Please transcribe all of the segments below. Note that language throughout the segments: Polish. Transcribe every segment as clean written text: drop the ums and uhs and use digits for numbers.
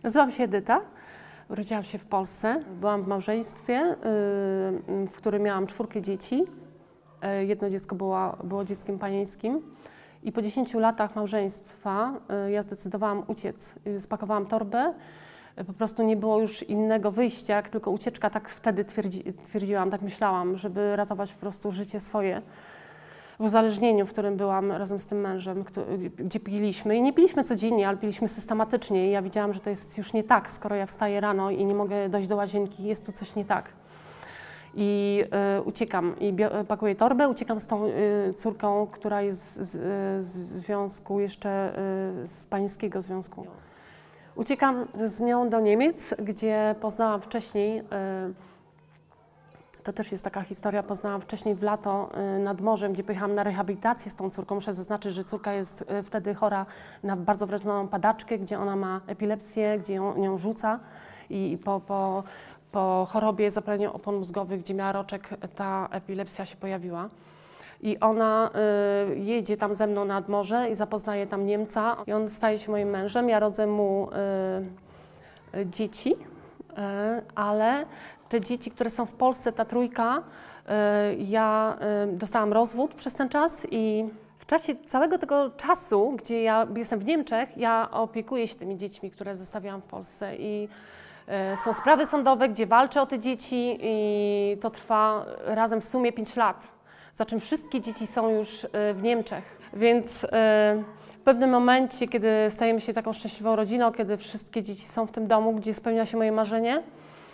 Nazywam się Edyta, urodziłam się w Polsce. Byłam w małżeństwie, w którym miałam 4 dzieci. Jedno dziecko było dzieckiem panieńskim. I po 10 latach małżeństwa ja zdecydowałam uciec. Spakowałam torbę. Po prostu nie było już innego wyjścia, jak tylko ucieczka. Tak wtedy twierdziłam, tak myślałam, żeby ratować po prostu życie swoje. W uzależnieniu, w którym byłam razem z tym mężem, gdzie piliśmy. I nie piliśmy codziennie, ale piliśmy systematycznie. I ja widziałam, że to jest już nie tak, skoro ja wstaję rano i nie mogę dojść do łazienki, jest tu coś nie tak. I uciekam i pakuję torbę, uciekam z tą córką, która jest z związku jeszcze z pańskiego związku. Uciekam z nią do Niemiec, gdzie poznałam wcześniej, to też jest taka historia, poznałam wcześniej w lato nad morzem, gdzie pojechałam na rehabilitację z tą córką. Muszę zaznaczyć, że córka jest wtedy chora na bardzo wrażliwą padaczkę, gdzie ona ma epilepsję, gdzie nią rzuca i po chorobie zapalenia opon mózgowych, gdzie miała roczek, ta epilepsja się pojawiła. I ona jedzie tam ze mną nad morze i zapoznaje tam Niemca. I on staje się moim mężem. Ja rodzę mu dzieci, ale te dzieci, które są w Polsce, ta trójka, ja dostałam rozwód przez ten czas i w czasie całego tego czasu, gdzie ja jestem w Niemczech, ja opiekuję się tymi dziećmi, które zostawiłam w Polsce i są sprawy sądowe, gdzie walczę o te dzieci i to trwa razem w sumie 5 lat, za czym wszystkie dzieci są już w Niemczech. Więc w pewnym momencie, kiedy stajemy się taką szczęśliwą rodziną, kiedy wszystkie dzieci są w tym domu, gdzie spełnia się moje marzenie,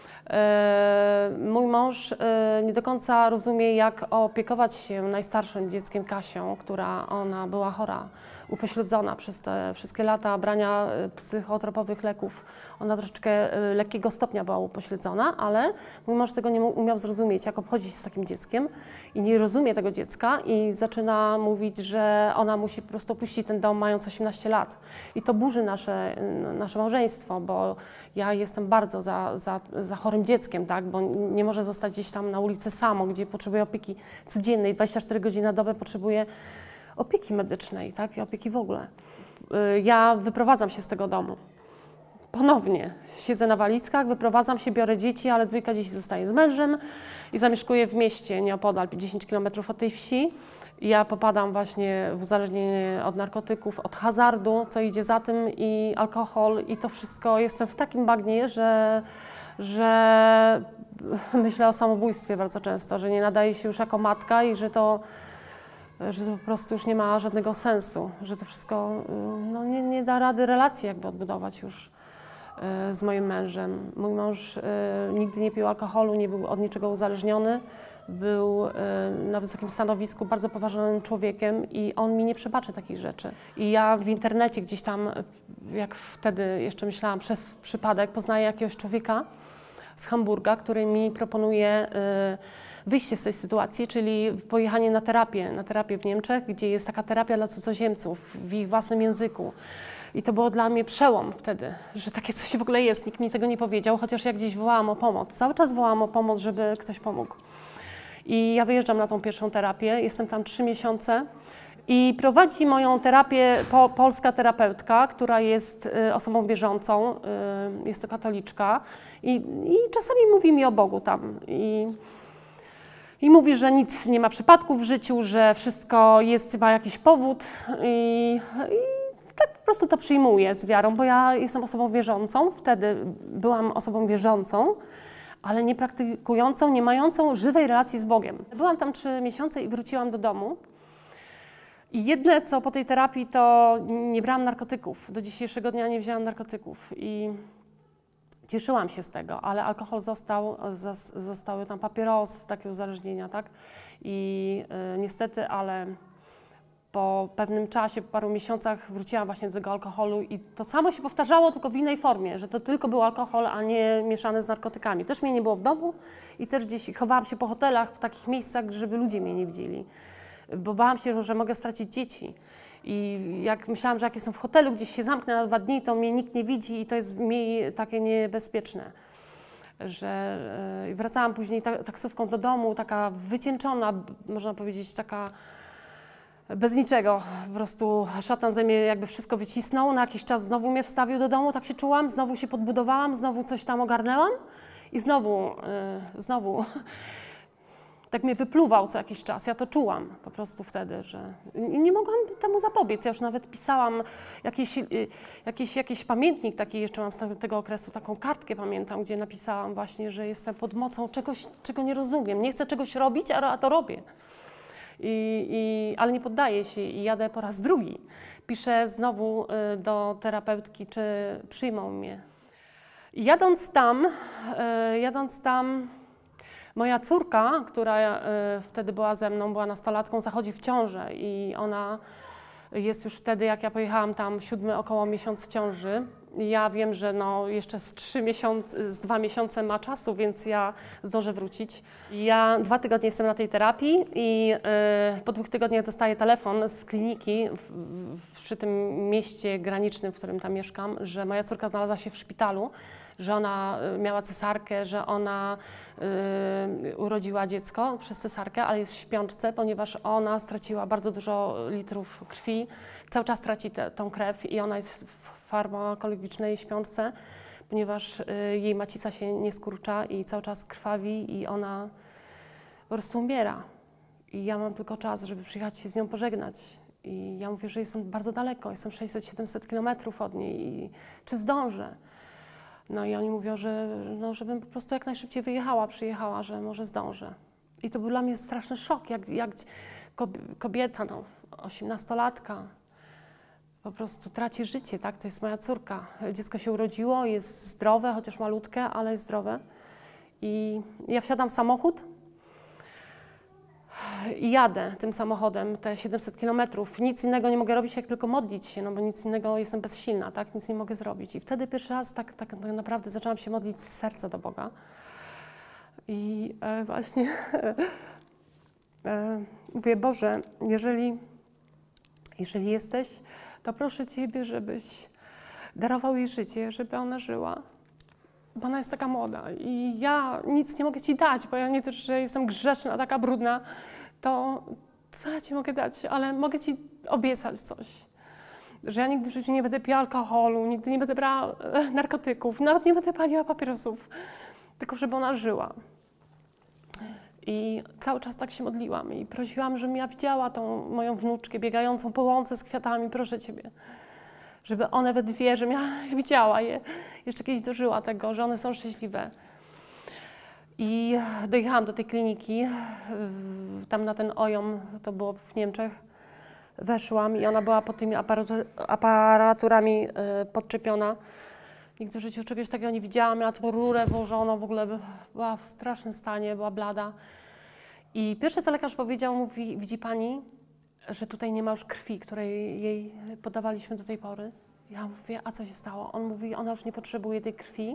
mój mąż nie do końca rozumie, jak opiekować się najstarszym dzieckiem Kasią, która ona była chora, upośledzona przez te wszystkie lata brania psychotropowych leków. Ona troszeczkę lekkiego stopnia była upośledzona, ale mój mąż tego nie umiał zrozumieć, jak obchodzić się z takim dzieckiem i nie rozumie tego dziecka i zaczyna mówić, że ona musi po prostu opuścić ten dom mając 18 lat. I to burzy nasze małżeństwo, bo ja jestem bardzo za chorym dzieckiem, tak? Bo nie może zostać gdzieś tam na ulicy samo, gdzie potrzebuje opieki codziennej, 24 godziny na dobę potrzebuje opieki medycznej, tak? I opieki w ogóle. Ja wyprowadzam się z tego domu. Ponownie siedzę na walizkach, wyprowadzam się, biorę dzieci, ale 2 dzieci zostaje z mężem i zamieszkuję w mieście nieopodal, 10 km od tej wsi. Ja popadam właśnie w uzależnienie od narkotyków, od hazardu, co idzie za tym i alkohol i to wszystko. Jestem w takim bagnie, że myślę o samobójstwie bardzo często, że nie nadaje się już jako matka i że to po prostu już nie ma żadnego sensu, że to wszystko no, nie da rady relacji jakby odbudować już z moim mężem. Mój mąż nigdy nie pił alkoholu, nie był od niczego uzależniony, był na wysokim stanowisku, bardzo poważanym człowiekiem i on mi nie przebaczy takich rzeczy. I ja w internecie gdzieś tam, jak wtedy jeszcze myślałam przez przypadek, poznaję jakiegoś człowieka z Hamburga, który mi proponuje wyjście z tej sytuacji, czyli pojechanie na terapię w Niemczech, gdzie jest taka terapia dla cudzoziemców w ich własnym języku. I to było dla mnie przełom wtedy, że takie coś w ogóle jest. Nikt mi tego nie powiedział, chociaż ja gdzieś wołałam o pomoc. Cały czas wołałam o pomoc, żeby ktoś pomógł. I ja wyjeżdżam na tą pierwszą terapię, jestem tam 3 miesiące i prowadzi moją terapię polska terapeutka, która jest osobą wierzącą, jest to katoliczka i czasami mówi mi o Bogu tam. I mówi, że nic nie ma przypadków w życiu, że wszystko ma jakiś powód i tak po prostu to przyjmuję z wiarą, bo ja jestem osobą wierzącą, wtedy byłam osobą wierzącą, ale nie praktykującą, nie mającą żywej relacji z Bogiem. Byłam tam 3 miesiące i wróciłam do domu. I jedne co po tej terapii, to nie brałam narkotyków. Do dzisiejszego dnia nie wzięłam narkotyków i cieszyłam się z tego, ale alkohol zostały tam papierosy, takie uzależnienia, tak? I niestety, ale po pewnym czasie, po paru miesiącach wróciłam właśnie do tego alkoholu i to samo się powtarzało, tylko w innej formie, że to tylko był alkohol, a nie mieszany z narkotykami. Też mnie nie było w domu i też gdzieś chowałam się po hotelach, w takich miejscach, żeby ludzie mnie nie widzieli, bo bałam się, że mogę stracić dzieci. I jak myślałam, że jak jestem w hotelu, gdzieś się zamknę na 2 dni, to mnie nikt nie widzi i to jest mniej takie niebezpieczne. Że wracałam później taksówką do domu, taka wycieńczona, można powiedzieć, taka bez niczego. Po prostu szatan ze mnie jakby wszystko wycisnął, na jakiś czas znowu mnie wstawił do domu, tak się czułam, znowu się podbudowałam, znowu coś tam ogarnęłam i znowu tak mnie wypluwał co jakiś czas. Ja to czułam po prostu wtedy, że nie mogłam temu zapobiec. Ja już nawet pisałam jakiś pamiętnik taki, jeszcze mam z tego okresu, taką kartkę pamiętam, gdzie napisałam właśnie, że jestem pod mocą czegoś, czego nie rozumiem. Nie chcę czegoś robić, a to robię. Ale nie poddaję się i jadę po raz drugi. Piszę znowu do terapeutki, czy przyjmą mnie. I jadąc tam, moja córka, która wtedy była ze mną, była nastolatką, zachodzi w ciążę i ona jest już wtedy, jak ja pojechałam tam, 7 około miesiąc ciąży. Ja wiem, że no jeszcze z 2 miesiące ma czasu, więc ja zdążę wrócić. Ja 2 tygodnie jestem na tej terapii i po 2 tygodniach dostaję telefon z kliniki przy tym mieście granicznym, w którym tam mieszkam, że moja córka znalazła się w szpitalu, że ona miała cesarkę, że ona urodziła dziecko przez cesarkę, ale jest w śpiączce, ponieważ ona straciła bardzo dużo litrów krwi, cały czas traci tą krew i ona jest w farmakologicznej śpiączce, ponieważ jej macica się nie skurcza i cały czas krwawi i ona po prostu umiera. I ja mam tylko czas, żeby przyjechać się z nią pożegnać. I ja mówię, że jestem bardzo daleko, jestem 600-700 kilometrów od niej i czy zdążę? No i oni mówią, żebym po prostu jak najszybciej przyjechała, że może zdążę. I to był dla mnie straszny szok, jak kobieta, 18-latka, po prostu traci życie, tak? To jest moja córka. Dziecko się urodziło, jest zdrowe, chociaż malutkie, ale jest zdrowe. I ja wsiadam w samochód i jadę tym samochodem te 700 kilometrów. Nic innego nie mogę robić, jak tylko modlić się, no bo nic innego, jestem bezsilna, tak? Nic nie mogę zrobić. I wtedy pierwszy raz tak naprawdę zaczęłam się modlić z serca do Boga. I właśnie mówię, Boże, jeżeli jesteś, to proszę Ciebie, żebyś darował jej życie, żeby ona żyła. Bo ona jest taka młoda i ja nic nie mogę Ci dać, bo ja nie też, że jestem grzeszna, taka brudna, to co ja Ci mogę dać, ale mogę Ci obiecać coś. Że ja nigdy w życiu nie będę piła alkoholu, nigdy nie będę brała narkotyków, nawet nie będę paliła papierosów, tylko żeby ona żyła. I cały czas tak się modliłam i prosiłam, żebym ja widziała tą moją wnuczkę biegającą po łące z kwiatami, proszę Ciebie. Żeby one we dwie, żebym ja widziała je, jeszcze kiedyś dożyła tego, że one są szczęśliwe. I dojechałam do tej kliniki, tam na ten OJOM, to było w Niemczech, weszłam i ona była pod tymi aparaturami podczepiona. Nigdy w życiu czegoś takiego nie widziałam, miała tą rurę włożoną, w ogóle była w strasznym stanie, była blada. I pierwsze co lekarz powiedział, mówi, widzi Pani, że tutaj nie ma już krwi, której jej podawaliśmy do tej pory. Ja mówię, a co się stało? On mówi, ona już nie potrzebuje tej krwi,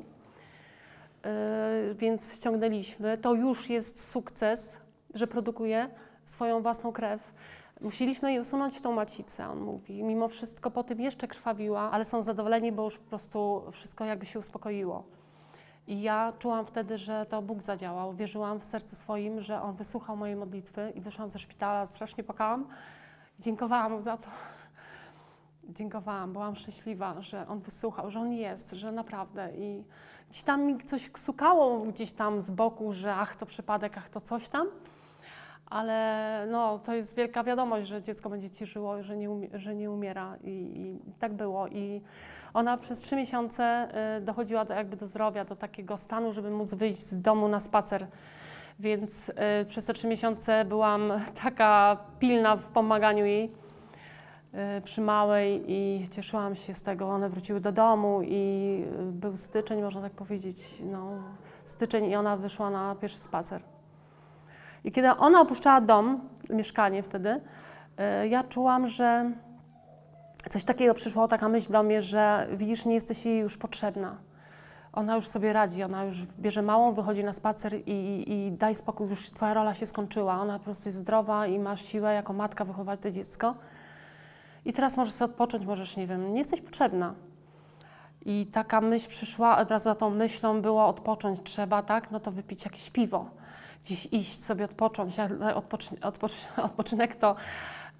więc ściągnęliśmy. To już jest sukces, że produkuje swoją własną krew. Musieliśmy jej usunąć tą macicę, on mówi. Mimo wszystko po tym jeszcze krwawiła, ale są zadowoleni, bo już po prostu wszystko jakby się uspokoiło. I ja czułam wtedy, że to Bóg zadziałał. Wierzyłam w sercu swoim, że On wysłuchał mojej modlitwy i wyszłam ze szpitala, strasznie płakałam. Dziękowałam Mu za to. Dziękowałam, byłam szczęśliwa, że On wysłuchał, że On jest, że naprawdę. I gdzieś tam mi coś ksukało gdzieś tam z boku, że ach, to przypadek, ach, to coś tam. Ale no, to jest wielka wiadomość, że dziecko będzie cieszyło, że nie umiera i tak było. I ona przez 3 miesiące dochodziła jakby do zdrowia, do takiego stanu, żeby móc wyjść z domu na spacer. Więc przez te 3 miesiące byłam taka pilna w pomaganiu jej przy małej i cieszyłam się z tego. One wróciły do domu i był styczeń, można tak powiedzieć, no, styczeń i ona wyszła na pierwszy spacer. I kiedy ona opuszczała dom, mieszkanie wtedy, ja czułam, że coś takiego przyszło, taka myśl do mnie, że widzisz, nie jesteś jej już potrzebna. Ona już sobie radzi, ona już bierze małą, wychodzi na spacer i daj spokój, już twoja rola się skończyła. Ona po prostu jest zdrowa i masz siłę jako matka wychować to dziecko. I teraz możesz sobie odpocząć, możesz, nie wiem, nie jesteś potrzebna. I taka myśl przyszła, od razu za tą myślą było odpocząć trzeba, tak? No to wypić jakieś piwo. Gdzieś iść sobie odpocząć, odpoczynek to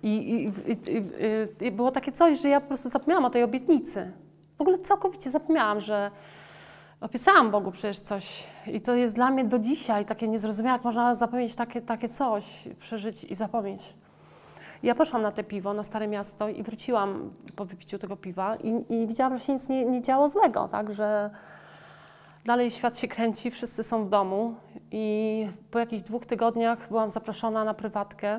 I było takie coś, że ja po prostu zapomniałam o tej obietnicy. W ogóle całkowicie zapomniałam, że obiecałam Bogu przecież coś. I to jest dla mnie do dzisiaj takie niezrozumiałe, jak można zapomnieć takie coś, przeżyć i zapomnieć. Ja poszłam na te piwo, na Stare Miasto i wróciłam po wypiciu tego piwa i widziałam, że się nic nie działo złego, tak, że dalej świat się kręci, wszyscy są w domu i po jakichś 2 tygodniach byłam zaproszona na prywatkę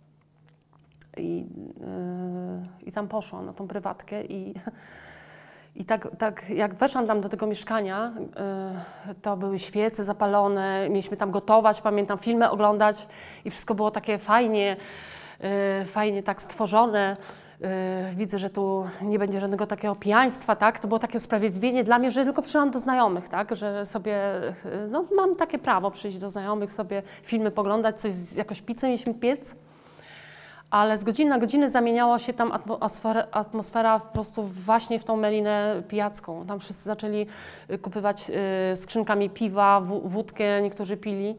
i tam poszłam na tą prywatkę i tak jak weszłam tam do tego mieszkania, to były świece zapalone, mieliśmy tam gotować, pamiętam, filmy oglądać i wszystko było takie fajnie tak stworzone. Widzę, że tu nie będzie żadnego takiego pijaństwa, tak? To było takie usprawiedliwienie dla mnie, że tylko przyszłam do znajomych, tak? Że sobie, no mam takie prawo przyjść do znajomych, sobie filmy poglądać, jakoś pizzę mieliśmy piec. Ale z godziny na godzinę zamieniała się tam atmosfera po prostu właśnie w tą melinę pijacką. Tam wszyscy zaczęli kupywać skrzynkami piwa, wódkę, niektórzy pili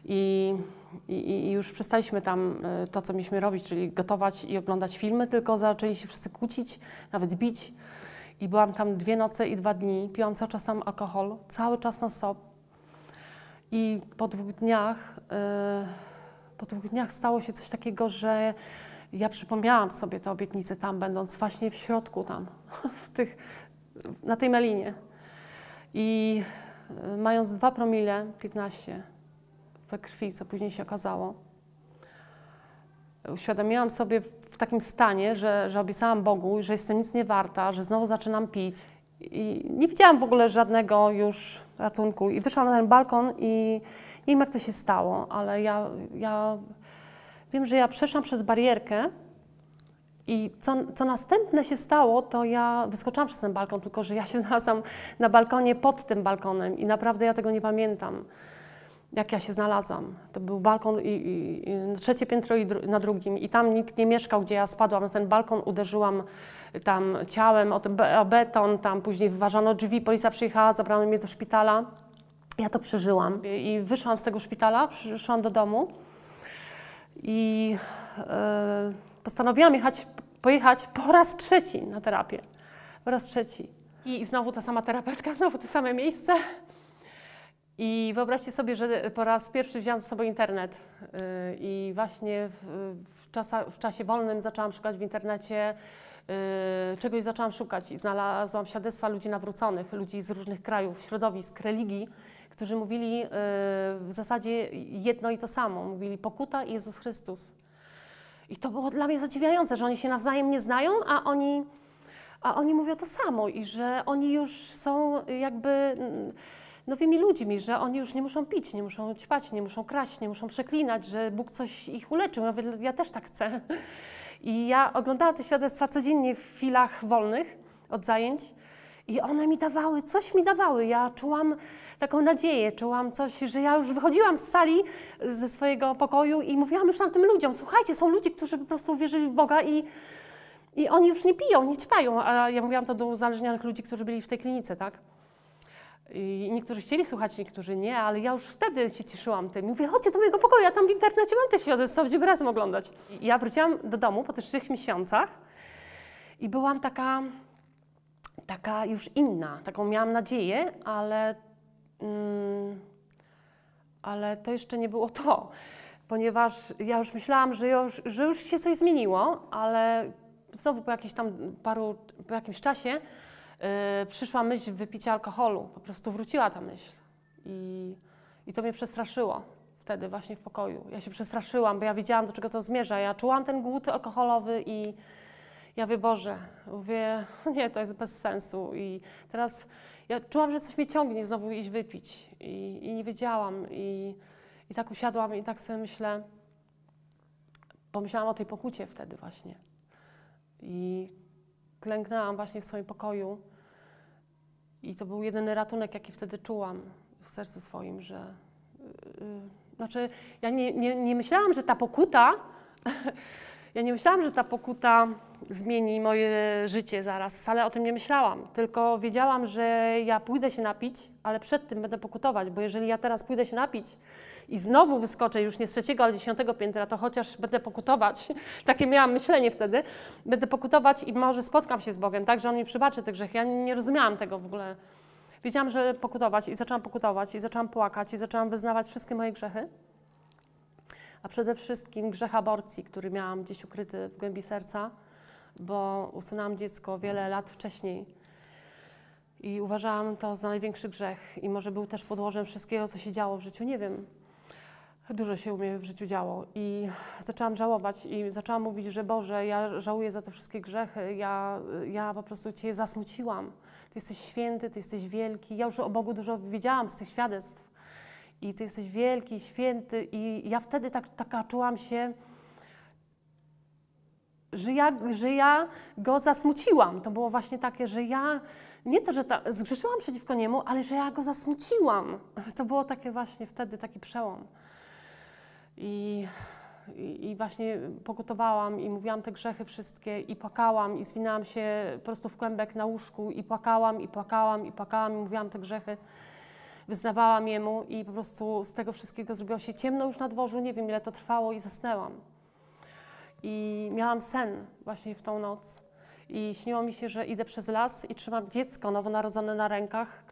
i już przestaliśmy tam to, co mieliśmy robić, czyli gotować i oglądać filmy, tylko zaczęli się wszyscy kłócić, nawet bić. I byłam tam 2 noce i 2 dni, piłam cały czas tam alkohol, cały czas non stop. I po 2 dniach stało się coś takiego, że ja przypomniałam sobie tę obietnicę tam, będąc właśnie w środku tam, na tej melinie. I mając 2 promile, 15 we krwi, co później się okazało, uświadomiłam sobie w takim stanie, że obiecałam Bogu, że jestem nic nie warta, że znowu zaczynam pić. I nie widziałam w ogóle żadnego już ratunku. I wyszłam na ten balkon i nie wiem, jak to się stało, ale ja wiem, że ja przeszłam przez barierkę i co następne się stało, to ja wyskoczyłam przez ten balkon, tylko że ja się znalazłam na balkonie pod tym balkonem i naprawdę ja tego nie pamiętam, jak ja się znalazłam. To był balkon i na 3. piętro i na 2. i tam nikt nie mieszkał, gdzie ja spadłam na ten balkon, uderzyłam tam ciałem o beton, tam później wyważano drzwi, policja przyjechała, zabrano mnie do szpitala. Ja to przeżyłam i wyszłam z tego szpitala, przyszłam do domu i postanowiłam pojechać po raz 3 na terapię. Po raz 3. I znowu ta sama terapeutka, znowu to same miejsce. I wyobraźcie sobie, że po raz pierwszy wzięłam ze sobą internet i właśnie w czasie wolnym zaczęłam szukać w internecie, czegoś zaczęłam szukać i znalazłam świadectwa ludzi nawróconych, ludzi z różnych krajów, środowisk, religii, którzy mówili w zasadzie jedno i to samo. Mówili pokuta i Jezus Chrystus. I to było dla mnie zadziwiające, że oni się nawzajem nie znają, a oni mówią to samo i że oni już są jakby nowymi ludźmi, że oni już nie muszą pić, nie muszą ćpać, nie muszą kraść, nie muszą przeklinać, że Bóg coś ich uleczył. Ja mówię, ja też tak chcę. I ja oglądałam te świadectwa codziennie w chwilach wolnych od zajęć i one mi dawały, coś mi dawały. Ja czułam taką nadzieję, czułam coś, że ja już wychodziłam z sali, ze swojego pokoju i mówiłam już tam tym ludziom, słuchajcie, są ludzie, którzy po prostu wierzyli w Boga i oni już nie piją, nie ćpają. A ja mówiłam to do uzależnionych ludzi, którzy byli w tej klinice, tak? I niektórzy chcieli słuchać, niektórzy nie, ale ja już wtedy się cieszyłam tym. Mówię, chodźcie do mojego pokoju, ja tam w internecie mam te świadectwa, będziemy razem oglądać. I ja wróciłam do domu po tych 3 miesiącach i byłam taka już inna, taką miałam nadzieję, ale to jeszcze nie było to, ponieważ ja już myślałam, że już się coś zmieniło, ale znowu po jakimś czasie przyszła myśl wypicia alkoholu, po prostu wróciła ta myśl i to mnie przestraszyło wtedy właśnie w pokoju. Ja się przestraszyłam, bo ja wiedziałam, do czego to zmierza. Ja czułam ten głód alkoholowy i ja mówię, Boże, mówię, nie, to jest bez sensu. I teraz ja czułam, że coś mnie ciągnie znowu iść wypić i nie wiedziałam i tak usiadłam i tak sobie myślę, pomyślałam o tej pokucie wtedy właśnie i klęknęłam właśnie w swoim pokoju i to był jedyny ratunek, jaki wtedy czułam w sercu swoim, że znaczy ja nie myślałam, że ta pokuta Ja nie myślałam, że ta pokuta zmieni moje życie zaraz. Wcale o tym nie myślałam. Tylko wiedziałam, że ja pójdę się napić, ale przed tym będę pokutować, bo jeżeli ja teraz pójdę się napić i znowu wyskoczę już nie z 3., ale 10. piętra, to chociaż będę pokutować. Takie miałam myślenie wtedy. Będę pokutować i może spotkam się z Bogiem, tak, że On mi przebaczy te grzechy. Ja nie rozumiałam tego w ogóle. Wiedziałam, że pokutować i zaczęłam pokutować i zaczęłam płakać i zaczęłam wyznawać wszystkie moje grzechy. A przede wszystkim grzech aborcji, który miałam gdzieś ukryty w głębi serca, bo usunęłam dziecko wiele lat wcześniej i uważałam to za największy grzech i może był też podłożem wszystkiego, co się działo w życiu, nie wiem. Dużo się u mnie w życiu działo i zaczęłam żałować i zaczęłam mówić, że Boże, ja żałuję za te wszystkie grzechy, ja po prostu Cię zasmuciłam. Ty jesteś święty, Ty jesteś wielki. Ja już o Bogu dużo wiedziałam z tych świadectw. I Ty jesteś wielki, święty i ja wtedy taka czułam się, że ja Go zasmuciłam. To było właśnie takie, że ja, nie to, że zgrzeszyłam przeciwko Niemu, ale że ja Go zasmuciłam. To było takie właśnie wtedy taki przełom. I właśnie pokutowałam i mówiłam te grzechy wszystkie i płakałam i zwinęłam się po prostu w kłębek na łóżku i płakałam, i płakałam, i płakałam i mówiłam te grzechy. Wyznawałam Jemu i po prostu z tego wszystkiego zrobiło się ciemno już na dworzu, nie wiem ile to trwało i zasnęłam. I miałam sen właśnie w tą noc i śniło mi się, że idę przez las i trzymam dziecko nowonarodzone na rękach,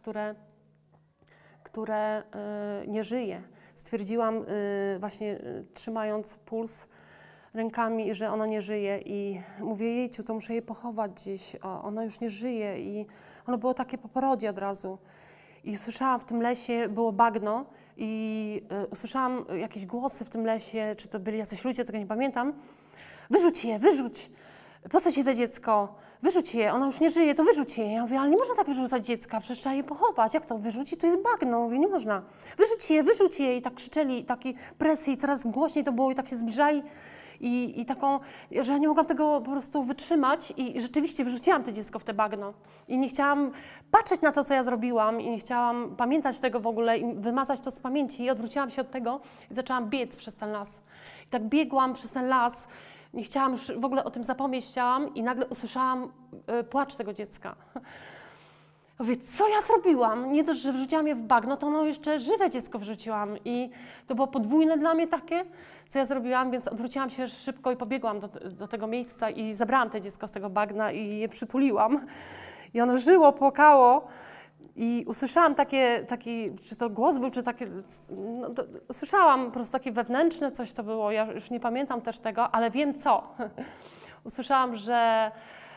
które nie żyje. Stwierdziłam właśnie trzymając puls rękami, że ono nie żyje i mówię, jejciu, to muszę je pochować gdzieś, ono już nie żyje i ono było takie po porodzie od razu. I usłyszałam w tym lesie, było bagno i usłyszałam jakieś głosy w tym lesie, czy to byli jacyś ludzie, tego nie pamiętam. Wyrzuć je, wyrzuć! Po co ci to dziecko? Wyrzuć je, ono już nie żyje, to wyrzuć je. Ja mówię, ale nie można tak wyrzucać dziecka, przecież trzeba je pochować. Jak to wyrzuci? Tu jest bagno. Mówię, nie można. Wyrzuć je! I tak krzyczeli, takiej presji, coraz głośniej to było i tak się zbliżali. I taką, że ja nie mogłam tego po prostu wytrzymać i rzeczywiście wyrzuciłam to dziecko w te bagno. I nie chciałam patrzeć na to, co ja zrobiłam i nie chciałam pamiętać tego w ogóle i wymazać to z pamięci. I odwróciłam się od tego i zaczęłam biec przez ten las. I tak biegłam przez ten las, nie chciałam już w ogóle o tym zapomnieć chciałam i nagle usłyszałam płacz tego dziecka. Mówię, co ja zrobiłam? Nie dość, że wrzuciłam je w bagno, to ono jeszcze żywe dziecko wrzuciłam i to było podwójne dla mnie takie, co ja zrobiłam, więc odwróciłam się szybko i pobiegłam do tego miejsca i zabrałam to dziecko z tego bagna i je przytuliłam. I ono żyło, płakało i usłyszałam taki, czy to głos był, czy takie, no, usłyszałam po prostu takie wewnętrzne coś to było, ja już nie pamiętam też tego, ale wiem co. Usłyszałam, że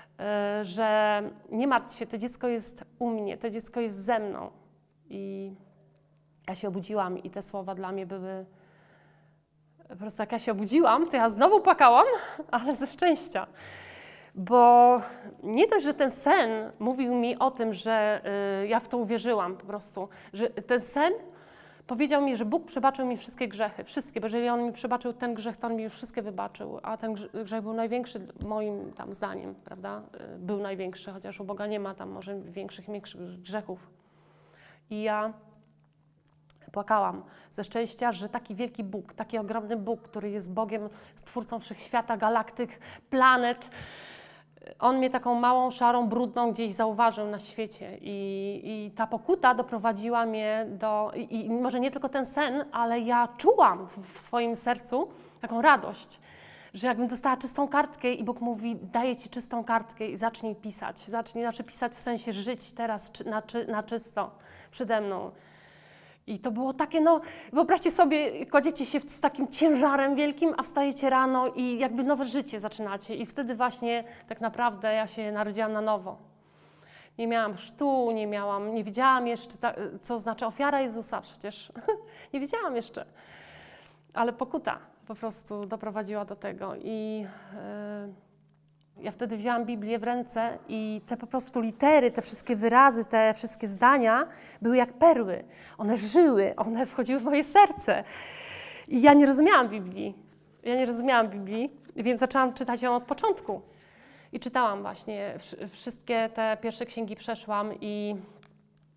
nie martw się, to dziecko jest u mnie, to dziecko jest ze mną. I ja się obudziłam i te słowa dla mnie były, po prostu jak ja się obudziłam, to ja znowu płakałam, ale ze szczęścia. Bo nie dość, że ten sen mówił mi o tym, że ja w to uwierzyłam po prostu, że ten sen powiedział mi, że Bóg przebaczył mi wszystkie grzechy, wszystkie, bo jeżeli On mi przebaczył ten grzech, to On mi już wszystkie wybaczył, a ten grzech był największy moim tam zdaniem, prawda? Był największy, chociaż u Boga nie ma tam może większych i mniejszych grzechów. I ja płakałam ze szczęścia, że taki wielki Bóg, taki ogromny Bóg, który jest Bogiem, stwórcą wszechświata, galaktyk, planet, On mnie taką małą, szarą, brudną gdzieś zauważył na świecie i ta pokuta doprowadziła mnie do, i może nie tylko ten sen, ale ja czułam w swoim sercu taką radość, że jakbym dostała czystą kartkę i Bóg mówi, daję Ci czystą kartkę i zacznij pisać. Znaczy pisać w sensie żyć teraz na czysto przede mną. I to było takie, no wyobraźcie sobie, kładziecie się z takim ciężarem wielkim, a wstajecie rano i jakby nowe życie zaczynacie. I wtedy właśnie tak naprawdę ja się narodziłam na nowo. Nie miałam chrztu, nie wiedziałam jeszcze, co znaczy ofiara Jezusa przecież. Nie wiedziałam jeszcze. Ale pokuta po prostu doprowadziła do tego. I ja wtedy wzięłam Biblię w ręce i te po prostu litery, te wszystkie wyrazy, te wszystkie zdania były jak perły. One żyły, one wchodziły w moje serce. I ja nie rozumiałam Biblii, więc zaczęłam czytać ją od początku. I czytałam właśnie, wszystkie te pierwsze księgi przeszłam i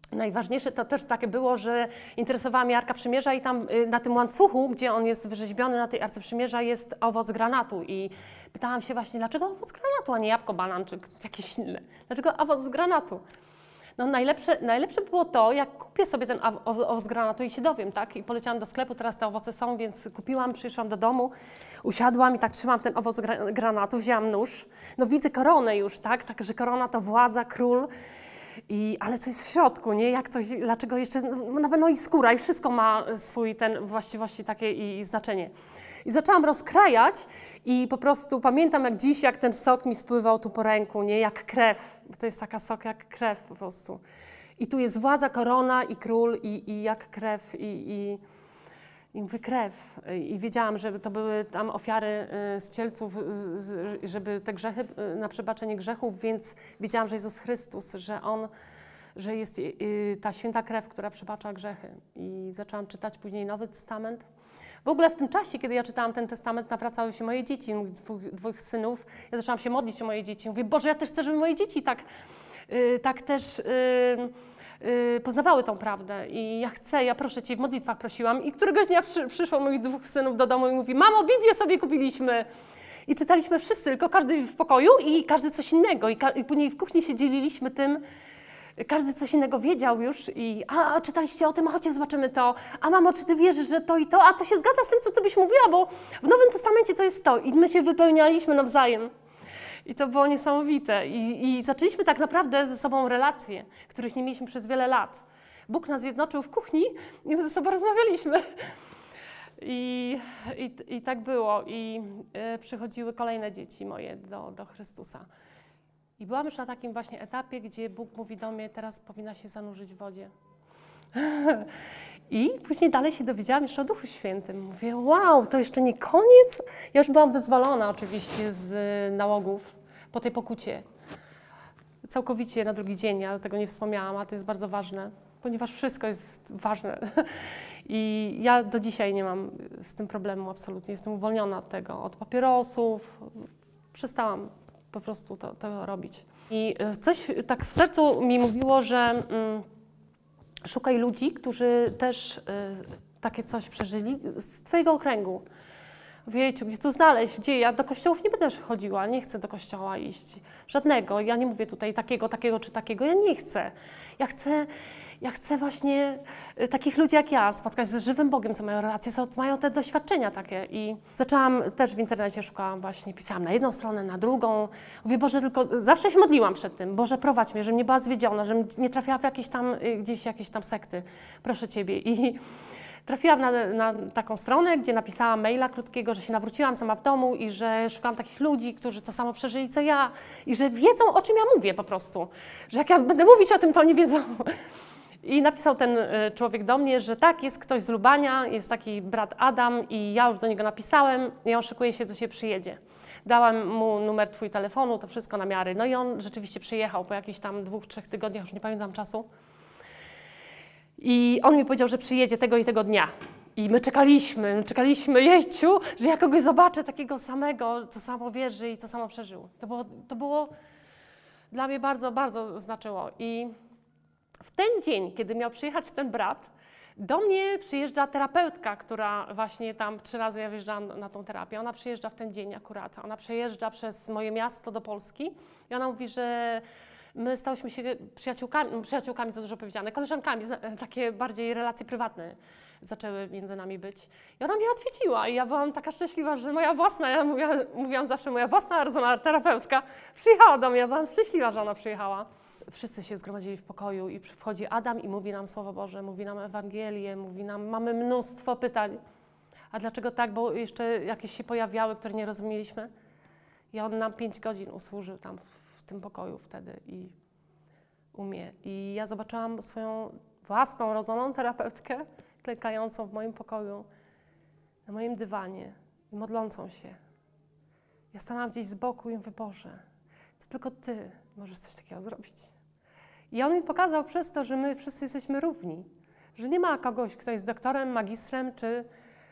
najważniejsze to też takie było, że interesowała mnie Arka Przymierza i tam na tym łańcuchu, gdzie on jest wyrzeźbiony na tej Arce Przymierza, jest owoc granatu i pytałam się właśnie, dlaczego owoc granatu, a nie jabłko, banan czy jakieś inne? Dlaczego owoc granatu? No najlepsze było to, jak kupię sobie ten owoc granatu i się dowiem, tak? I poleciałam do sklepu, teraz te owoce są, więc kupiłam, przyszłam do domu, usiadłam i tak trzymam ten owoc granatu, wzięłam nóż. No widzę koronę już, tak? Tak, że korona to władza, król. Ale co jest w środku, nie? Jak to, dlaczego jeszcze, na pewno i skóra i wszystko ma swój ten właściwości takie i znaczenie. I zaczęłam rozkrajać i po prostu pamiętam jak dziś, jak ten sok mi spływał tu po ręku, nie? Jak krew, bo to jest taka sok jak krew po prostu. I tu jest władza, korona i król i jak krew i mówię krew. I wiedziałam, że to były tam ofiary zcielców, żeby te grzechy, na przebaczenie grzechów, więc wiedziałam, że Jezus Chrystus, że jest ta święta krew, która przebacza grzechy. I zaczęłam czytać później Nowy Testament. W ogóle w tym czasie, kiedy ja czytałam ten testament, nawracały się moje dzieci, moich dwóch synów. Ja zaczęłam się modlić o moje dzieci. Mówię, Boże, ja też chcę, żeby moje dzieci tak też poznawały tą prawdę. I ja proszę Cię, w modlitwach prosiłam. I któregoś dnia przyszło moich dwóch synów do domu i mówi, mamo, Biblię sobie kupiliśmy. I czytaliśmy wszyscy, tylko każdy w pokoju i każdy coś innego. I później w kuchni się dzieliliśmy tym, każdy coś innego wiedział już a czytaliście o tym, a chodźcie zobaczymy to, a mamo, czy ty wierzysz, że to i to, a to się zgadza z tym, co ty byś mówiła, bo w Nowym Testamencie to jest to i my się wypełnialiśmy nawzajem. I to było niesamowite i zaczęliśmy tak naprawdę ze sobą relacje, których nie mieliśmy przez wiele lat. Bóg nas zjednoczył w kuchni i my ze sobą rozmawialiśmy. I tak było i przychodziły kolejne dzieci moje do Chrystusa. I byłam już na takim właśnie etapie, gdzie Bóg mówi do mnie, teraz powinna się zanurzyć w wodzie. I później dalej się dowiedziałam jeszcze o Duchu Świętym. Mówię, wow, to jeszcze nie koniec? Ja już byłam wyzwolona oczywiście z nałogów po tej pokucie. Całkowicie na drugi dzień, ja tego nie wspomniałam, a to jest bardzo ważne, ponieważ wszystko jest ważne. I ja do dzisiaj nie mam z tym problemu absolutnie, jestem uwolniona od tego, od papierosów, przestałam po prostu to robić. I coś tak w sercu mi mówiło, że szukaj ludzi, którzy też takie coś przeżyli z Twojego okręgu. Wiecie, gdzie tu znaleźć, gdzie ja do kościołów nie będę chodziła, nie chcę do kościoła iść, żadnego. Ja nie mówię tutaj takiego czy takiego, ja nie chcę. Ja chcę właśnie takich ludzi jak ja spotkać z żywym Bogiem, co mają relacje, co mają te doświadczenia takie. I zaczęłam też w internecie, szukałam właśnie, pisałam na jedną stronę, na drugą. Mówię, Boże, tylko zawsze się modliłam przed tym, Boże, prowadź mnie, żebym nie była zwiedziona, żebym nie trafiała w jakieś tam sekty. Proszę Ciebie. I trafiłam na taką stronę, gdzie napisałam maila krótkiego, że się nawróciłam sama w domu i że szukałam takich ludzi, którzy to samo przeżyli co ja i że wiedzą, o czym ja mówię po prostu. Że jak ja będę mówić o tym, to oni wiedzą. I napisał ten człowiek do mnie, że tak, jest ktoś z Lubania, jest taki brat Adam i ja już do niego napisałem i on szykuje się, do Ciebie przyjedzie. Dałam mu numer Twój telefonu, to wszystko na miary. No i on rzeczywiście przyjechał po jakichś tam 2-3 tygodniach, już nie pamiętam czasu. I on mi powiedział, że przyjedzie tego i tego dnia. I my czekaliśmy, jejciu, że ja kogoś zobaczę takiego samego, co samo wierzy i co samo przeżył. To było dla mnie bardzo, bardzo znaczyło. I w ten dzień, kiedy miał przyjechać ten brat, do mnie przyjeżdża terapeutka, która właśnie tam 3 razy ja wjeżdżałam na tą terapię. Ona przyjeżdża w ten dzień akurat. Ona przejeżdża przez moje miasto do Polski i ona mówi, że my stałyśmy się przyjaciółkami to dużo powiedziane, koleżankami, takie bardziej relacje prywatne zaczęły między nami być. I ona mnie odwiedziła i ja byłam taka szczęśliwa, że moja własna, ja mówiłam zawsze, moja własna terapeutka przyjechała do mnie, ja byłam szczęśliwa, że ona przyjechała. Wszyscy się zgromadzili w pokoju i wchodzi Adam i mówi nam Słowo Boże, mówi nam Ewangelię, mówi nam, mamy mnóstwo pytań. A dlaczego tak? Bo jeszcze jakieś się pojawiały, które nie rozumieliśmy. I on nam 5 godzin usłużył tam w tym pokoju wtedy i umie. I ja zobaczyłam swoją własną, rodzoną terapeutkę, klękającą w moim pokoju, na moim dywanie i modlącą się. Ja stanęłam gdzieś z boku i mówię, Boże, to tylko Ty możesz coś takiego zrobić. I on mi pokazał przez to, że my wszyscy jesteśmy równi, że nie ma kogoś, kto jest doktorem, magistrem, czy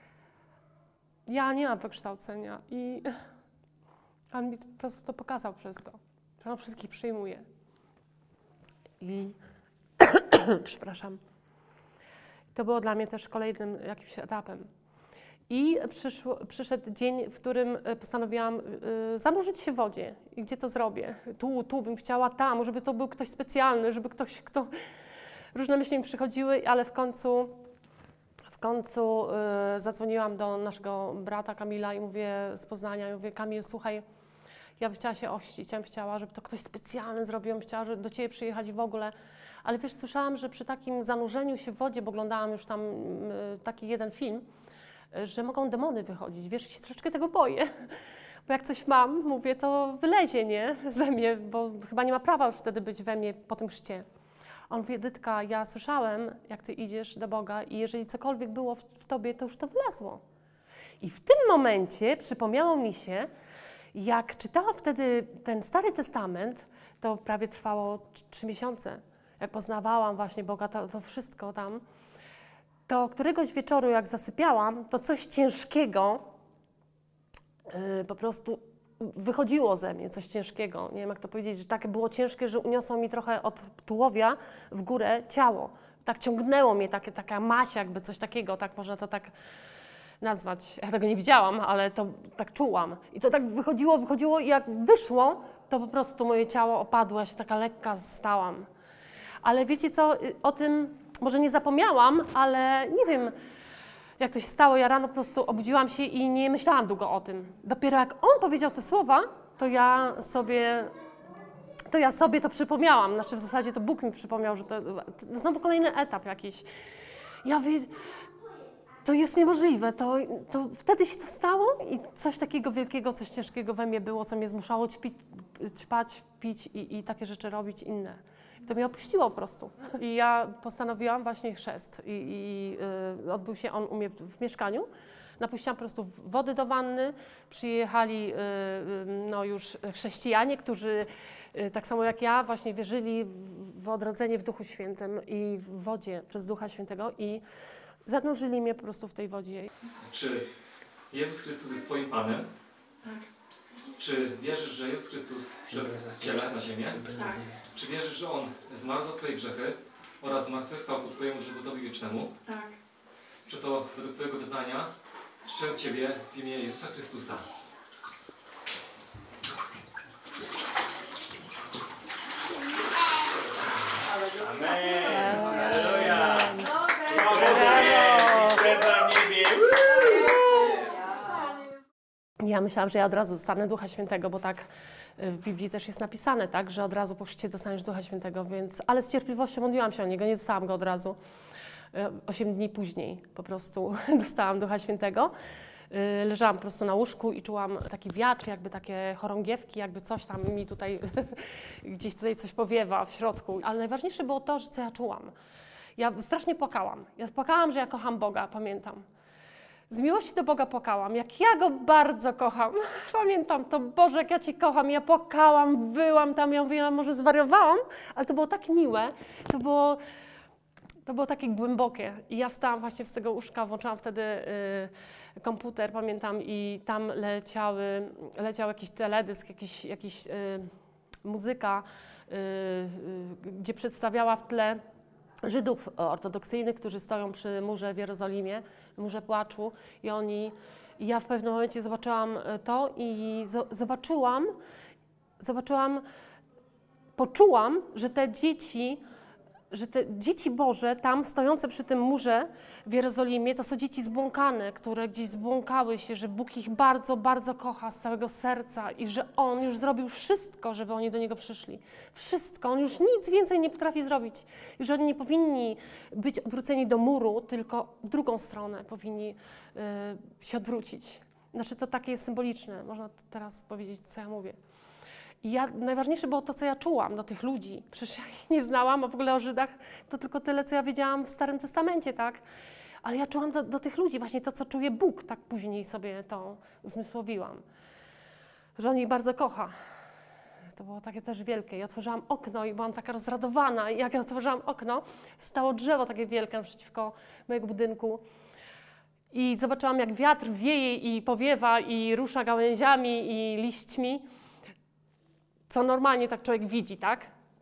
ja nie mam wykształcenia. I on mi po prostu to pokazał przez to, że on wszystkich przyjmuje. I Przepraszam. To było dla mnie też kolejnym jakimś etapem. I przyszedł dzień, w którym postanowiłam zanurzyć się w wodzie. I gdzie to zrobię? Tu bym chciała, tam, żeby to był ktoś specjalny, żeby ktoś, kto... Różne myśli mi przychodziły, ale w końcu zadzwoniłam do naszego brata Kamila i mówię z Poznania, i mówię: Kamil, słuchaj, ja bym chciała się ościć, ja bym chciała, żeby to ktoś specjalny zrobił, ja bym chciała do Ciebie przyjechać w ogóle. Ale wiesz, słyszałam, że przy takim zanurzeniu się w wodzie, bo oglądałam już tam taki jeden film, że mogą demony wychodzić. Wiesz, się troszeczkę tego boję, bo jak coś mam, mówię, to wylezie, nie, ze mnie, bo chyba nie ma prawa już wtedy być we mnie po tym chrzcie. On mówi: Edytka, ja słyszałem, jak Ty idziesz do Boga i jeżeli cokolwiek było w Tobie, to już to wylazło. I w tym momencie przypomniało mi się, jak czytałam wtedy ten Stary Testament, to prawie trwało 3 miesiące, jak poznawałam właśnie Boga, to wszystko tam, to któregoś wieczoru, jak zasypiałam, to coś ciężkiego po prostu wychodziło ze mnie, coś ciężkiego. Nie wiem, jak to powiedzieć, że takie było ciężkie, że uniosło mi trochę od tułowia w górę ciało. Tak ciągnęło mnie, taka maść, jakby coś takiego, tak można to tak nazwać. Ja tego nie widziałam, ale to tak czułam. I to tak wychodziło i jak wyszło, to po prostu moje ciało opadło, ja się taka lekka stałam. Ale wiecie co, o tym może nie zapomniałam, ale nie wiem, jak to się stało. Ja rano po prostu obudziłam się i nie myślałam długo o tym. Dopiero jak on powiedział te słowa, to ja sobie to przypomniałam. Znaczy w zasadzie to Bóg mi przypomniał, że to znowu kolejny etap jakiś. Ja mówię, to jest niemożliwe, to wtedy się to stało i coś takiego wielkiego, coś ciężkiego we mnie było, co mnie zmuszało ćpać, pić i takie rzeczy robić inne. To mnie opuściło po prostu. I ja postanowiłam właśnie chrzest i odbył się on u mnie w mieszkaniu. Napuściłam po prostu wody do wanny, przyjechali no już chrześcijanie, którzy tak samo jak ja właśnie wierzyli w odrodzenie w Duchu Świętym i w wodzie przez Ducha Świętego i zanurzyli mnie po prostu w tej wodzie. Czy Jezus Chrystus jest Twoim Panem? Tak. Czy wierzysz, że Jezus Chrystus przyszedł w ciele na ziemię? Tak. Czy wierzysz, że On zmarł za Twoje grzechy oraz zmartwychwstał ku Twojemu żywotowi wiecznemu? Tak. Czy to według Twojego wyznania czczę Ciebie w imię Jezusa Chrystusa? Amen. Halleluja. Ja myślałam, że ja od razu dostanę Ducha Świętego, bo tak w Biblii też jest napisane, tak, że od razu po chrzcie dostaniesz Ducha Świętego, więc, ale z cierpliwością modliłam się o Niego, nie dostałam Go od razu. 8 dni później po prostu dostałam Ducha Świętego. Leżałam po prostu na łóżku i czułam taki wiatr, jakby takie chorągiewki, jakby coś tam mi tutaj, gdzieś tutaj coś powiewa w środku. Ale najważniejsze było to, że co ja czułam. Ja strasznie płakałam. Ja płakałam, że ja kocham Boga, pamiętam. Z miłości do Boga płakałam, jak ja Go bardzo kocham. Pamiętam to, Boże, jak ja Cię kocham. Ja płakałam, wyłam tam, ja mówiłam, może zwariowałam, ale to było tak miłe, to było takie głębokie. I ja wstałam właśnie z tego łóżka, włączyłam wtedy komputer, pamiętam, i tam leciał jakiś teledysk, jakiś muzyka, gdzie przedstawiała w tle Żydów ortodoksyjnych, którzy stoją przy murze w Jerozolimie, murze płaczu, i ja w pewnym momencie zobaczyłam to i poczułam, że te dzieci Boże tam stojące przy tym murze w Jerozolimie, to są dzieci zbłąkane, które gdzieś zbłąkały się, że Bóg ich bardzo, bardzo kocha z całego serca i że On już zrobił wszystko, żeby oni do Niego przyszli. Wszystko. On już nic więcej nie potrafi zrobić. I że oni nie powinni być odwróceni do muru, tylko w drugą stronę powinni się odwrócić. Znaczy to takie jest symboliczne. Można teraz powiedzieć, co ja mówię. I najważniejsze było to, co ja czułam do tych ludzi. Przecież ja ich nie znałam, a w ogóle o Żydach to tylko tyle, co ja wiedziałam w Starym Testamencie, tak? Ale ja czułam do tych ludzi właśnie to, co czuje Bóg, tak później sobie to uzmysłowiłam. Że On ich bardzo kocha. To było takie też wielkie. I otworzyłam okno i byłam taka rozradowana. I jak ja otworzyłam okno, stało drzewo takie wielkie naprzeciwko mojego budynku. I zobaczyłam, jak wiatr wieje i powiewa i rusza gałęziami i liśćmi. Co normalnie tak człowiek widzi, tak?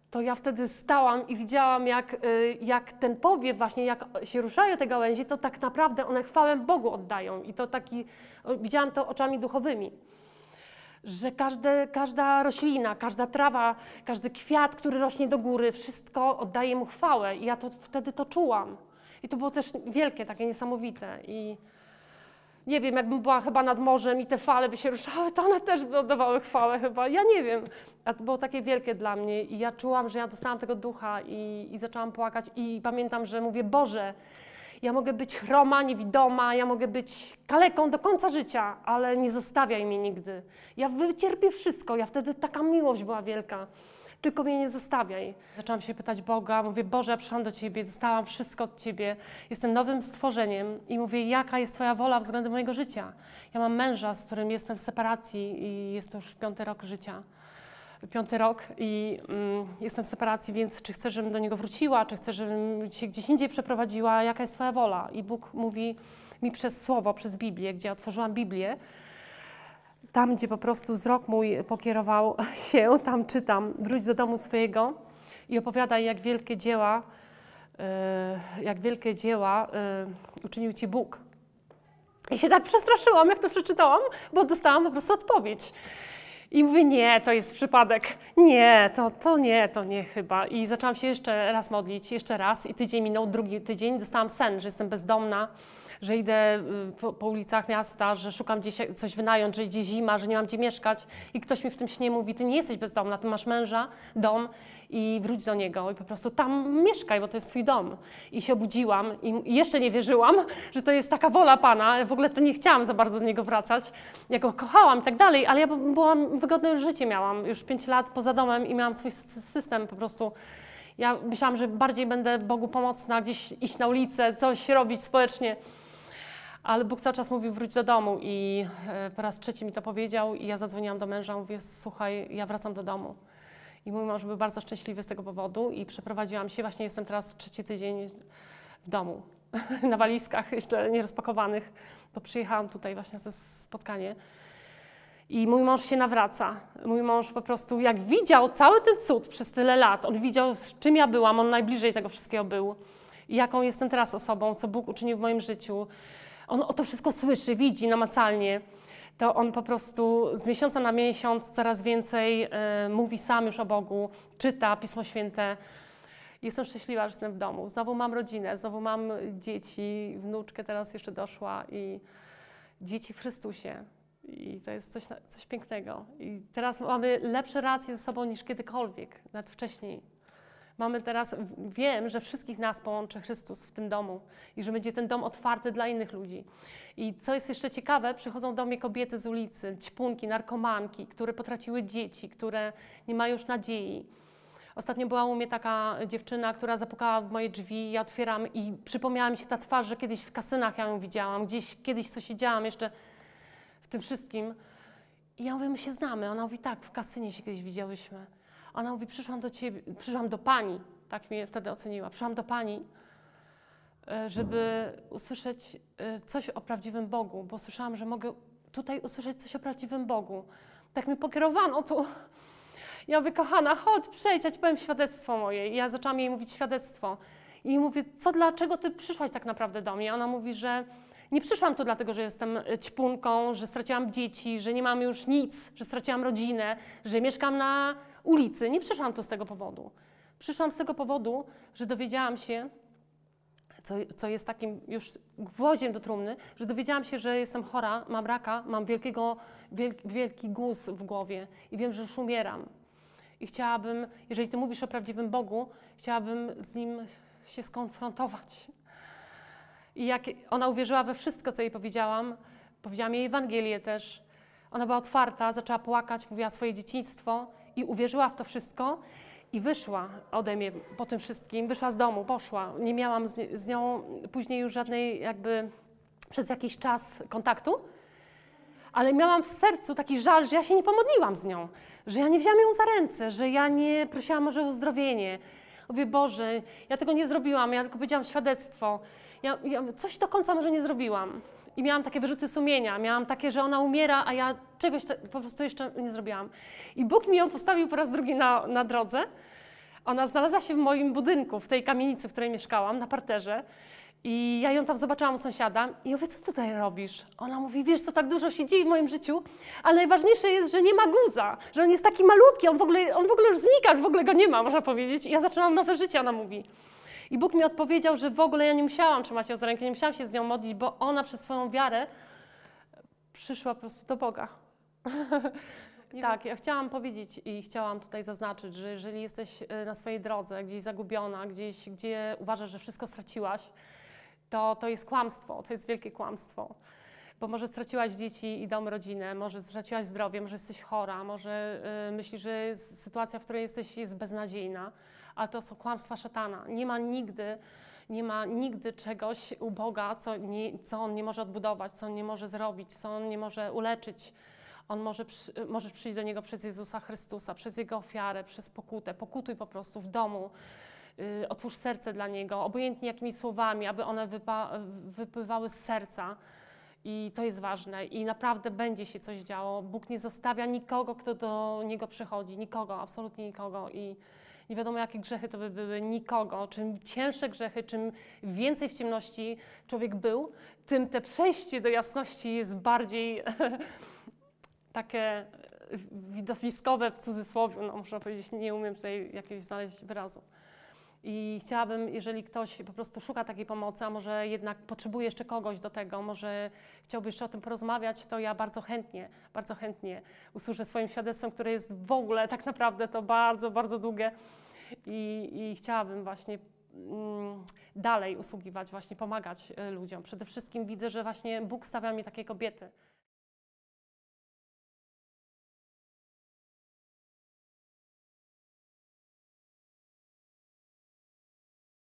to ja wtedy stałam i widziałam, jak ten powiew właśnie, jak się ruszają te gałęzie, to tak naprawdę one chwałę Bogu oddają. I to widziałam to oczami duchowymi. Że każda roślina, każda trawa, każdy kwiat, który rośnie do góry, wszystko oddaje Mu chwałę. I ja wtedy to czułam. I to było też wielkie, takie niesamowite. I nie wiem, jakbym była chyba nad morzem i te fale by się ruszały, to one też by oddawały chwałę chyba. Ja nie wiem. A to było takie wielkie dla mnie. I ja czułam, że ja dostałam tego ducha i zaczęłam płakać. I pamiętam, że mówię, Boże, ja mogę być chroma, niewidoma, ja mogę być kaleką do końca życia, ale nie zostawiaj mnie nigdy. Ja wycierpię wszystko. Ja wtedy taka miłość była wielka. Tylko mnie nie zostawiaj. Zaczęłam się pytać Boga, mówię, Boże, ja przyszłam do Ciebie, dostałam wszystko od Ciebie, jestem nowym stworzeniem i mówię, jaka jest Twoja wola względem mojego życia? Ja mam męża, z którym jestem w separacji i jest to już 5. rok życia. 5. rok i jestem w separacji, więc czy chcesz, żebym do niego wróciła, czy chcesz, żebym się gdzieś indziej przeprowadziła, jaka jest Twoja wola? I Bóg mówi mi przez Słowo, przez Biblię, gdzie otworzyłam Biblię, tam, gdzie po prostu wzrok mój pokierował się, tam czytam, wróć do domu swojego i opowiadaj, jak wielkie dzieła uczynił Ci Bóg. I się tak przestraszyłam, jak to przeczytałam, bo dostałam po prostu odpowiedź. I mówię, nie, to jest przypadek. Nie, to nie chyba. I zaczęłam się jeszcze raz modlić, jeszcze raz i tydzień minął, drugi tydzień, dostałam sen, że jestem bezdomna, że idę po ulicach miasta, że szukam gdzieś coś wynająć, że idzie zima, że nie mam gdzie mieszkać i ktoś mi w tym śnie mówi, ty nie jesteś bezdomna, ty masz męża, dom i wróć do niego i po prostu tam mieszkaj, bo to jest twój dom. I się obudziłam i jeszcze nie wierzyłam, że to jest taka wola Pana, ja w ogóle to nie chciałam za bardzo do niego wracać, ja go kochałam i tak dalej, ale ja wygodne życie miałam, już 5 lat poza domem i miałam swój system po prostu. Ja myślałam, że bardziej będę Bogu pomocna, gdzieś iść na ulicę, coś robić społecznie. Ale Bóg cały czas mówił, wróć do domu i po raz 3 mi to powiedział i ja zadzwoniłam do męża, mówię, słuchaj, ja wracam do domu. I mój mąż był bardzo szczęśliwy z tego powodu i przeprowadziłam się, właśnie jestem teraz 3 tydzień w domu, na walizkach jeszcze nierozpakowanych, bo przyjechałam tutaj właśnie na to spotkanie. I mój mąż się nawraca. Mój mąż po prostu, jak widział cały ten cud przez tyle lat, on widział, z czym ja byłam, on najbliżej tego wszystkiego był. I jaką jestem teraz osobą, co Bóg uczynił w moim życiu. On o to wszystko słyszy, widzi namacalnie. To on po prostu z miesiąca na miesiąc coraz więcej mówi sam już o Bogu, czyta Pismo Święte. Jestem szczęśliwa, że jestem w domu. Znowu mam rodzinę, znowu mam dzieci, wnuczkę teraz jeszcze doszła i dzieci w Chrystusie. I to jest coś pięknego. I teraz mamy lepsze relacje ze sobą niż kiedykolwiek, nawet wcześniej. Wiem, że wszystkich nas połączy Chrystus w tym domu i że będzie ten dom otwarty dla innych ludzi. I co jest jeszcze ciekawe, przychodzą do mnie kobiety z ulicy, ćpunki, narkomanki, które potraciły dzieci, które nie mają już nadziei. Ostatnio była u mnie taka dziewczyna, która zapukała w moje drzwi, ja otwieram i przypomniała mi się ta twarz, że kiedyś w kasynach ja ją widziałam, kiedyś co siedziałam jeszcze w tym wszystkim. I ja mówię, my się znamy. Ona mówi, tak, w kasynie się kiedyś widziałyśmy. Ona mówi, przyszłam do Pani, tak mnie wtedy oceniła, przyszłam do Pani, żeby usłyszeć coś o prawdziwym Bogu, bo słyszałam, że mogę tutaj usłyszeć coś o prawdziwym Bogu. Tak mnie pokierowano tu. Ja mówię, kochana, chodź, przejdź, ja Ci powiem świadectwo moje. I ja zaczęłam jej mówić świadectwo. I mówię, dlaczego Ty przyszłaś tak naprawdę do mnie? Ona mówi, że nie przyszłam tu dlatego, że jestem ćpunką, że straciłam dzieci, że nie mam już nic, że straciłam rodzinę, że mieszkam na ulicy. Nie przyszłam tu z tego powodu. Przyszłam z tego powodu, że dowiedziałam się, co jest takim już gwoździem do trumny, że dowiedziałam się, że jestem chora, mam raka, mam wielki guz w głowie i wiem, że już umieram. I chciałabym, jeżeli Ty mówisz o prawdziwym Bogu, chciałabym z Nim się skonfrontować. I jak ona uwierzyła we wszystko, co jej powiedziałam jej Ewangelię też, ona była otwarta, zaczęła płakać, mówiła swoje dzieciństwo i uwierzyła w to wszystko i wyszła ode mnie po tym wszystkim, wyszła z domu, poszła. Nie miałam z nią później już żadnej przez jakiś czas kontaktu, ale miałam w sercu taki żal, że ja się nie pomodliłam z nią, że ja nie wzięłam ją za ręce, że ja nie prosiłam może o uzdrowienie. Mówię, Boże, ja tego nie zrobiłam, ja tylko powiedziałam świadectwo. Ja coś do końca może nie zrobiłam. I miałam takie wyrzuty sumienia, miałam takie, że ona umiera, a ja czegoś po prostu jeszcze nie zrobiłam. I Bóg mi ją postawił po raz drugi na drodze, Ona znalazła się w moim budynku, w tej kamienicy, w której mieszkałam, na parterze. I ja ją tam zobaczyłam u sąsiada i ja mówię, co tutaj robisz? Ona mówi, wiesz co, tak dużo się dzieje w moim życiu, ale najważniejsze jest, że nie ma guza, że on jest taki malutki, on w ogóle już znika, już w ogóle go nie ma, można powiedzieć. I ja zaczynam nowe życie, ona mówi. I Bóg mi odpowiedział, że w ogóle ja nie musiałam trzymać ją za rękę, nie musiałam się z nią modlić, bo ona przez swoją wiarę przyszła po prostu do Boga. Tak, ja chciałam powiedzieć i chciałam tutaj zaznaczyć, że jeżeli jesteś na swojej drodze, gdzieś zagubiona, gdzie uważasz, że wszystko straciłaś, to jest kłamstwo, to jest wielkie kłamstwo. Bo może straciłaś dzieci i dom, rodzinę, może straciłaś zdrowie, może jesteś chora, może myślisz, że sytuacja, w której jesteś, jest beznadziejna, ale to są kłamstwa szatana. Nie ma nigdy czegoś u Boga, co On nie może odbudować, co On nie może zrobić, co On nie może uleczyć. Możesz przyjść do Niego przez Jezusa Chrystusa, przez Jego ofiarę, przez pokutę. Pokutuj po prostu w domu, otwórz serce dla Niego, obojętnie jakimi słowami, aby one wypływały z serca. I to jest ważne i naprawdę będzie się coś działo. Bóg nie zostawia nikogo, kto do Niego przychodzi, nikogo, absolutnie nikogo. I nie wiadomo, jakie grzechy to by były, nikogo. Czym cięższe grzechy, czym więcej w ciemności człowiek był, tym te przejście do jasności jest bardziej takie widowiskowe w cudzysłowie, no można powiedzieć, nie umiem tutaj jakiegoś znaleźć wyrazu. I chciałabym, jeżeli ktoś po prostu szuka takiej pomocy, a może jednak potrzebuje jeszcze kogoś do tego, może chciałby jeszcze o tym porozmawiać, to ja bardzo chętnie usłyszę swoim świadectwem, które jest w ogóle tak naprawdę to bardzo, bardzo długie i chciałabym właśnie dalej usługiwać, właśnie pomagać ludziom. Przede wszystkim widzę, że właśnie Bóg stawia mi takie kobiety.